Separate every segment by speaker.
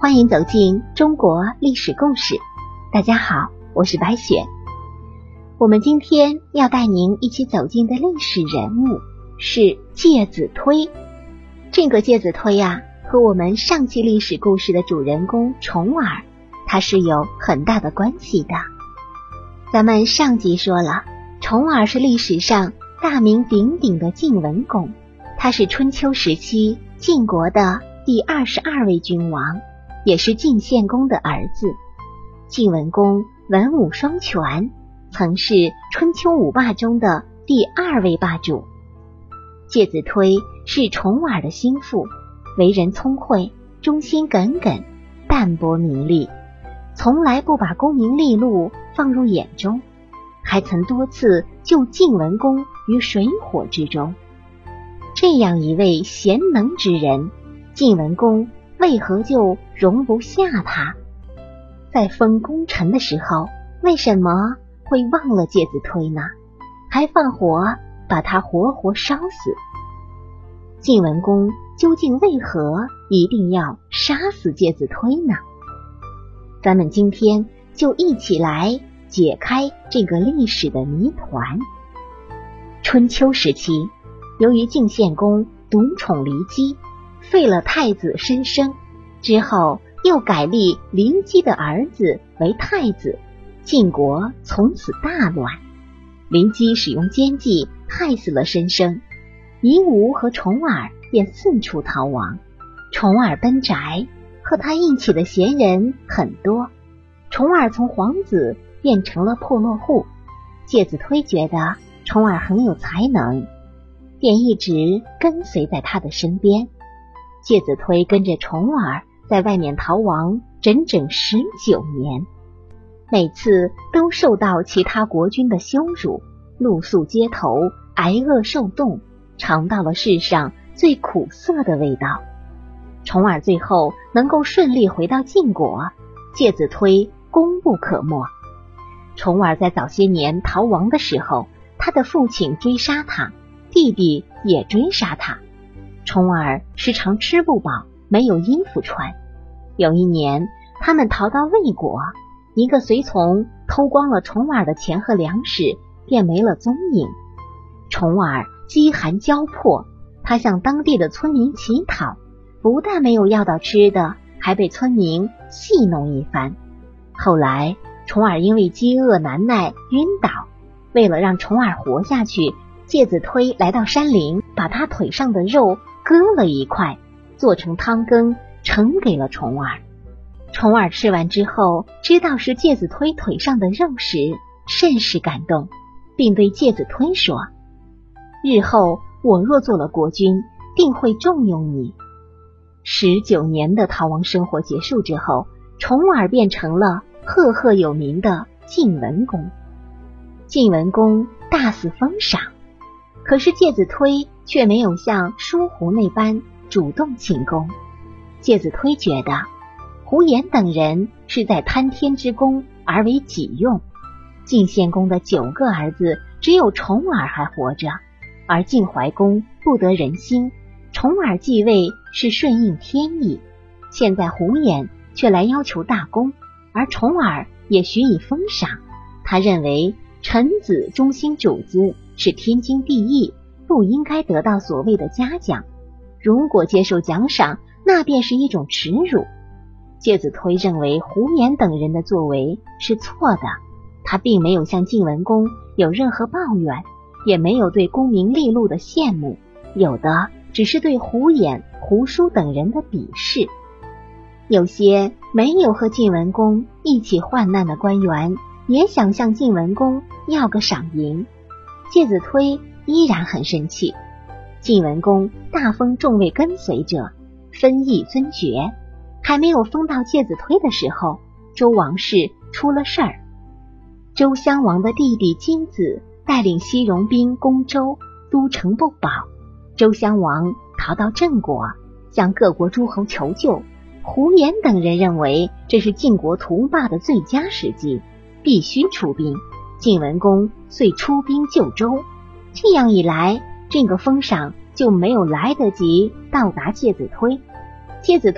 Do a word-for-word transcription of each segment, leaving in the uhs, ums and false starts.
Speaker 1: 欢迎走进中国历史故事。大家好，我是白雪。我们今天要带您一起走进的历史人物是介子推。这个介子推啊，和我们上期历史故事的主人公重耳，他是有很大的关系的。咱们上集说了，重耳是历史上大名鼎鼎的晋文公，他是春秋时期晋国的第二十二位君王，也是晋献公的儿子。晋文公文武双全，曾是春秋五霸中的第二位霸主。介子推是重耳的心腹，为人聪慧，忠心耿耿，淡泊名利，从来不把功名利禄放入眼中，还曾多次救晋文公于水火之中。这样一位贤能之人，晋文公为何就容不下他？在封功臣的时候，为什么会忘了介子推呢？还放火把他活活烧死？晋文公究竟为何一定要杀死介子推呢？咱们今天就一起来解开这个历史的谜团。春秋时期，由于晋献公独宠骊姬，废了太子申生，之后又改立骊姬的儿子为太子，晋国从此大乱。骊姬使用奸计害死了申生，夷吾和重耳便四处逃亡。重耳奔宅，和他一起的贤人很多，重耳从皇子变成了破落户。介子推觉得重耳很有才能，便一直跟随在他的身边。介子推跟着重耳在外面逃亡整整十九年，每次都受到其他国君的羞辱，露宿街头，挨饿受冻，尝到了世上最苦涩的味道。重耳最后能够顺利回到晋国，介子推功不可没。重耳在早些年逃亡的时候，他的父亲追杀他，弟弟也追杀他，重耳时常吃不饱，没有衣服穿。有一年，他们逃到魏国，一个随从偷光了重耳的钱和粮食，便没了踪影。重耳饥寒交迫，他向当地的村民乞讨，不但没有要到吃的，还被村民戏弄一番。后来重耳因为饥饿难耐晕倒，为了让重耳活下去，介子推来到山林，把他腿上的肉割了一块，做成汤羹呈给了重耳。重耳吃完之后，知道是介子推腿上的肉时，甚是感动，并对介子推说，日后我若做了国君，定会重用你。十九年的逃亡生活结束之后，重耳变成了赫赫有名的晋文公。晋文公大肆封赏，可是介子推却没有像叔胡那般主动请功。介子推觉得胡延等人是在贪天之功而为己用，晋献公的九个儿子只有重耳还活着，而晋怀公不得人心，重耳继位是顺应天意，现在胡延却来要求大功，而重耳也许以封赏。他认为臣子忠心主子是天经地义，不应该得到所谓的嘉奖，如果接受奖赏，那便是一种耻辱。介子推认为胡延等人的作为是错的，他并没有向晋文公有任何抱怨，也没有对功名利禄的羡慕，有的只是对胡延、胡舒等人的鄙视。有些没有和晋文公一起患难的官员，也想向晋文公要个赏银。介子推依然很生气。晋文公大封众位跟随者，分邑尊爵，还没有封到介子推的时候，周王室出了事儿。周襄王的弟弟金子带领西戎兵攻周，都城不保。周襄王逃到郑国，向各国诸侯求救。胡延等人认为这是晋国图霸的最佳时机，必须出兵。晋文公遂出兵救周。这样一来，这个封赏就没有来得及到达介子推。介子推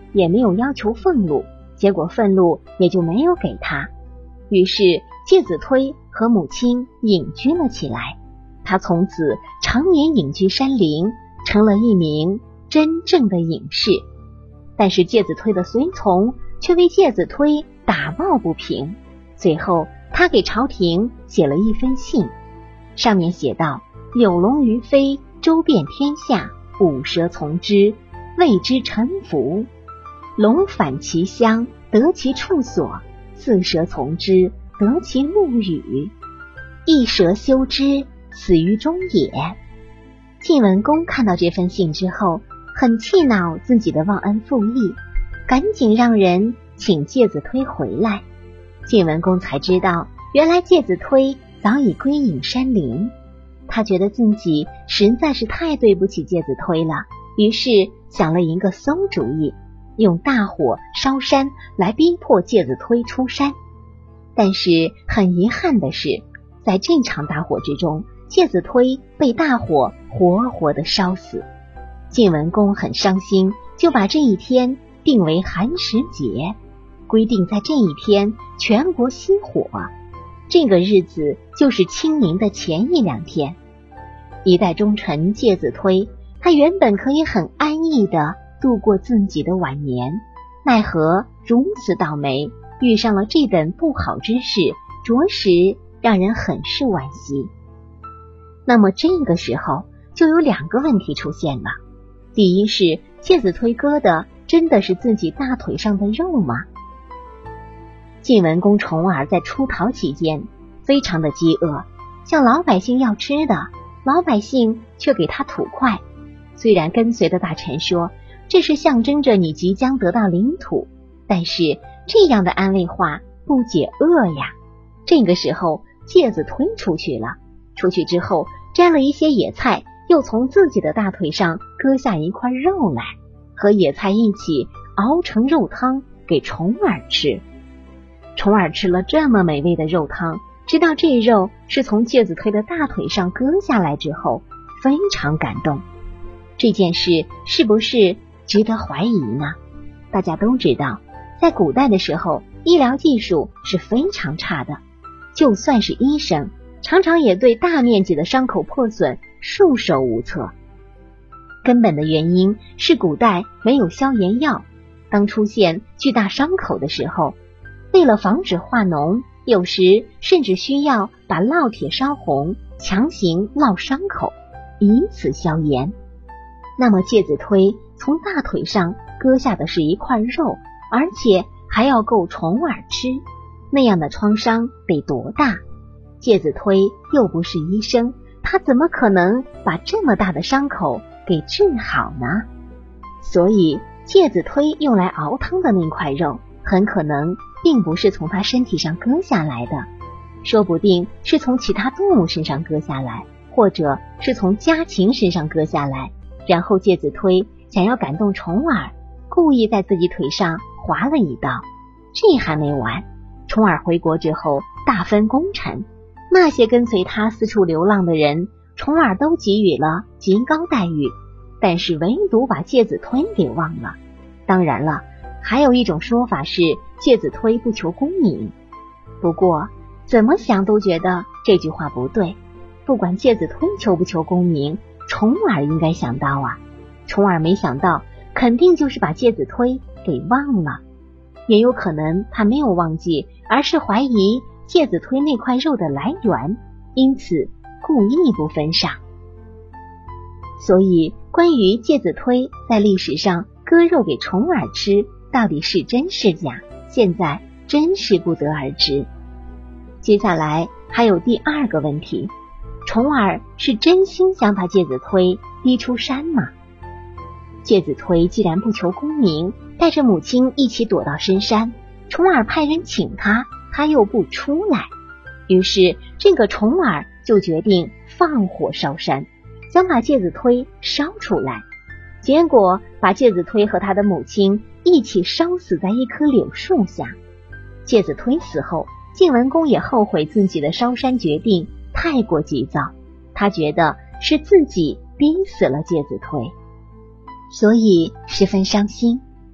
Speaker 1: 也没有要求俸禄，结果俸禄也就没有给他。于是介子推和母亲隐居了起来，他从此常年隐居山林，成了一名真正的隐士。但是介子推的随从却为介子推打抱不平，最后他给朝廷写了一封信，上面写道：有龙于飞，周遍天下，五蛇从之，谓之臣服。龙返其乡，得其处所，四蛇从之，得其路语。一蛇休之，死于中也。晋文公看到这份信之后，很气恼自己的忘恩负义，赶紧让人请介子推回来。晋文公才知道，原来介子推早已归隐山林。他觉得自己实在是太对不起介子推了，于是想了一个馊主意，用大火烧山来逼迫介子推出山。但是很遗憾的是，在这场大火之中，介子推被大火活活的烧死。晋文公很伤心，就把这一天定为寒食节，规定在这一天全国熄火。这个日子就是清明的前一两天。一代忠臣介子推，他原本可以很安逸的度过自己的晚年，奈何如此倒霉，遇上了这等不好之事，着实让人很是惋惜。那么这个时候就有两个问题出现了。第一是，介子推割的真的是自己大腿上的肉吗？晋文公重耳在出逃期间非常的饥饿，向老百姓要吃的，老百姓却给他土块。虽然跟随的大臣说这是象征着你即将得到领土，但是这样的安慰话不解饿呀。这个时候介子推出去了，出去之后摘了一些野菜，又从自己的大腿上割下一块肉来，和野菜一起熬成肉汤给重耳吃。重耳吃了这么美味的肉汤，知道这肉是从介子推的大腿上割下来之后，非常感动。这件事是不是值得怀疑呢？大家都知道，在古代的时候，医疗技术是非常差的，就算是医生，常常也对大面积的伤口破损束手无策。根本的原因是古代没有消炎药，当出现巨大伤口的时候，为了防止化脓，有时甚至需要把烙铁烧红，强行烙伤口，以此消炎。那么介子推从大腿上割下的是一块肉，而且还要够重耳吃，那样的创伤得多大？介子推又不是医生，他怎么可能把这么大的伤口给治好呢？所以介子推用来熬汤的那块肉，很可能并不是从他身体上割下来的，说不定是从其他动物身上割下来，或者是从家禽身上割下来。然后介子推想要感动重耳，故意在自己腿上划了一刀。这还没完，重耳回国之后大分功臣，那些跟随他四处流浪的人，重耳都给予了极高待遇，但是唯独把介子推给忘了。当然了，还有一种说法是介子推不求功名，不过怎么想都觉得这句话不对。不管介子推求不求功名，重耳应该想到啊，重耳没想到，肯定就是把介子推给忘了。也有可能他没有忘记，而是怀疑介子推那块肉的来源，因此故意不分赏。所以关于介子推在历史上割肉给重耳吃，到底是真是假，现在真是不得而知。接下来还有第二个问题，重耳是真心想把介子推逼出山吗？介子推既然不求功名，带着母亲一起躲到深山，重耳派人请他，他又不出来，于是这个重耳就决定放火烧山，想把介子推烧出来。结果把介子推和他的母亲一起烧死在一棵柳树下。介子推死后，晋文公也后悔自己的烧山决定太过急躁，他觉得是自己逼死了介子推，所以十分伤心。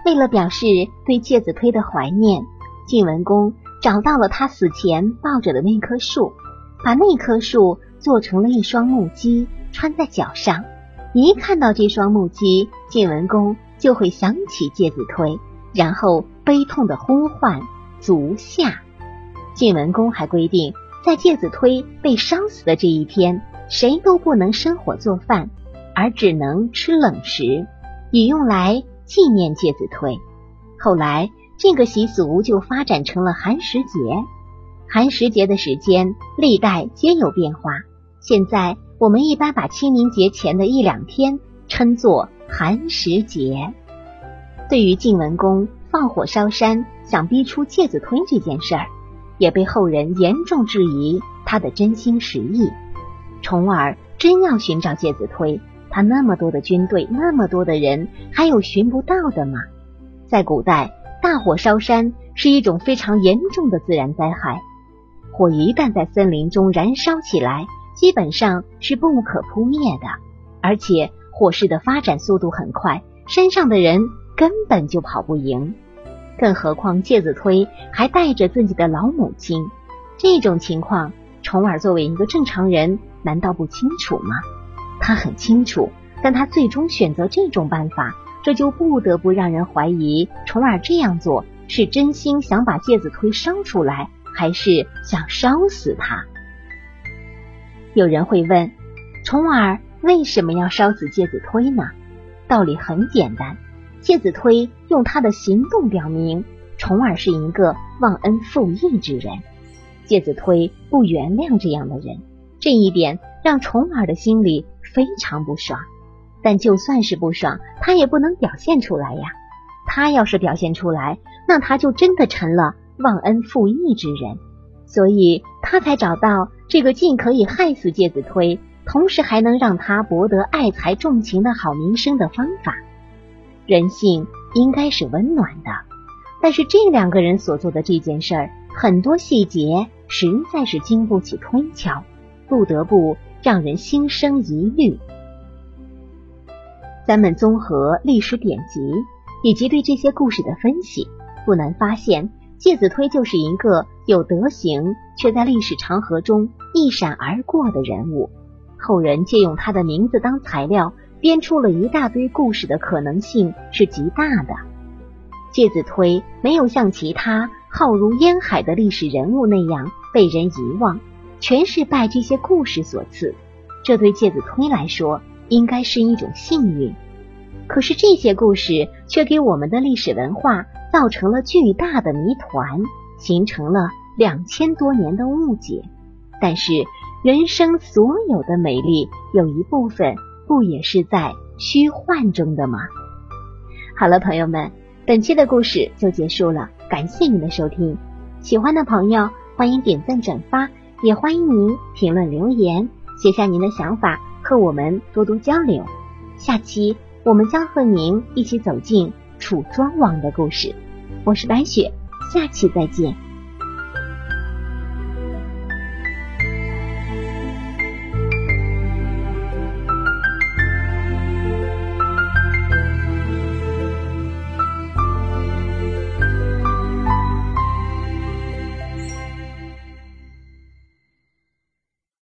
Speaker 1: 为了表示对介子推的怀念，晋文公找到了他死前抱着的那棵树，把那棵树做成了一双木屐，穿在脚上。一看到这双木屐，晋文公就会想起介子推，然后悲痛的呼唤足下。晋文公还规定，在介子推被烧死的这一天，谁都不能生火做饭，而只能吃冷食，以用来纪念介子推。后来这个习俗就发展成了寒食节。寒食节的时间历代皆有变化，现在我们一般把清明节前的一两天称作寒食节。对于晋文公放火烧山想逼出介子推这件事儿，也被后人严重质疑他的真心实意。重耳真要寻找介子推，他那么多的军队，那么多的人，还有寻不到的吗？在古代，大火烧山是一种非常严重的自然灾害，火一旦在森林中燃烧起来，基本上是不可扑灭的，而且火势的发展速度很快，山上的人根本就跑不赢。更何况介子推还带着自己的老母亲，这种情况重耳作为一个正常人难道不清楚吗？他很清楚，但他最终选择这种办法，这就不得不让人怀疑重耳这样做是真心想把介子推烧出来，还是想烧死他。有人会问，重耳为什么要烧死介子推呢？道理很简单，介子推用他的行动表明重耳是一个忘恩负义之人，介子推不原谅这样的人，这一点让重耳的心里非常不爽。但就算是不爽，他也不能表现出来呀。他要是表现出来，那他就真的成了忘恩负义之人。所以他才找到这个既可以害死介子推，同时还能让他博得爱才重情的好名声的方法。人性应该是温暖的，但是这两个人所做的这件事儿，很多细节实在是经不起推敲，不得不让人心生疑虑。咱们综合历史典籍以及对这些故事的分析，不难发现介子推就是一个有德行却在历史长河中一闪而过的人物。后人借用他的名字当材料，编出了一大堆故事的可能性是极大的。介子推没有像其他浩如烟海的历史人物那样被人遗忘，全是拜这些故事所赐，这对介子推来说应该是一种幸运。可是这些故事却给我们的历史文化造成了巨大的谜团，形成了两千多年的误解。但是人生所有的美丽，有一部分不也是在虚幻中的吗？好了，朋友们，本期的故事就结束了，感谢您的收听。喜欢的朋友欢迎点赞转发，也欢迎您评论留言，写下您的想法，和我们多多交流。下期我们将和您一起走进楚庄王的故事。我是白雪，下期再见。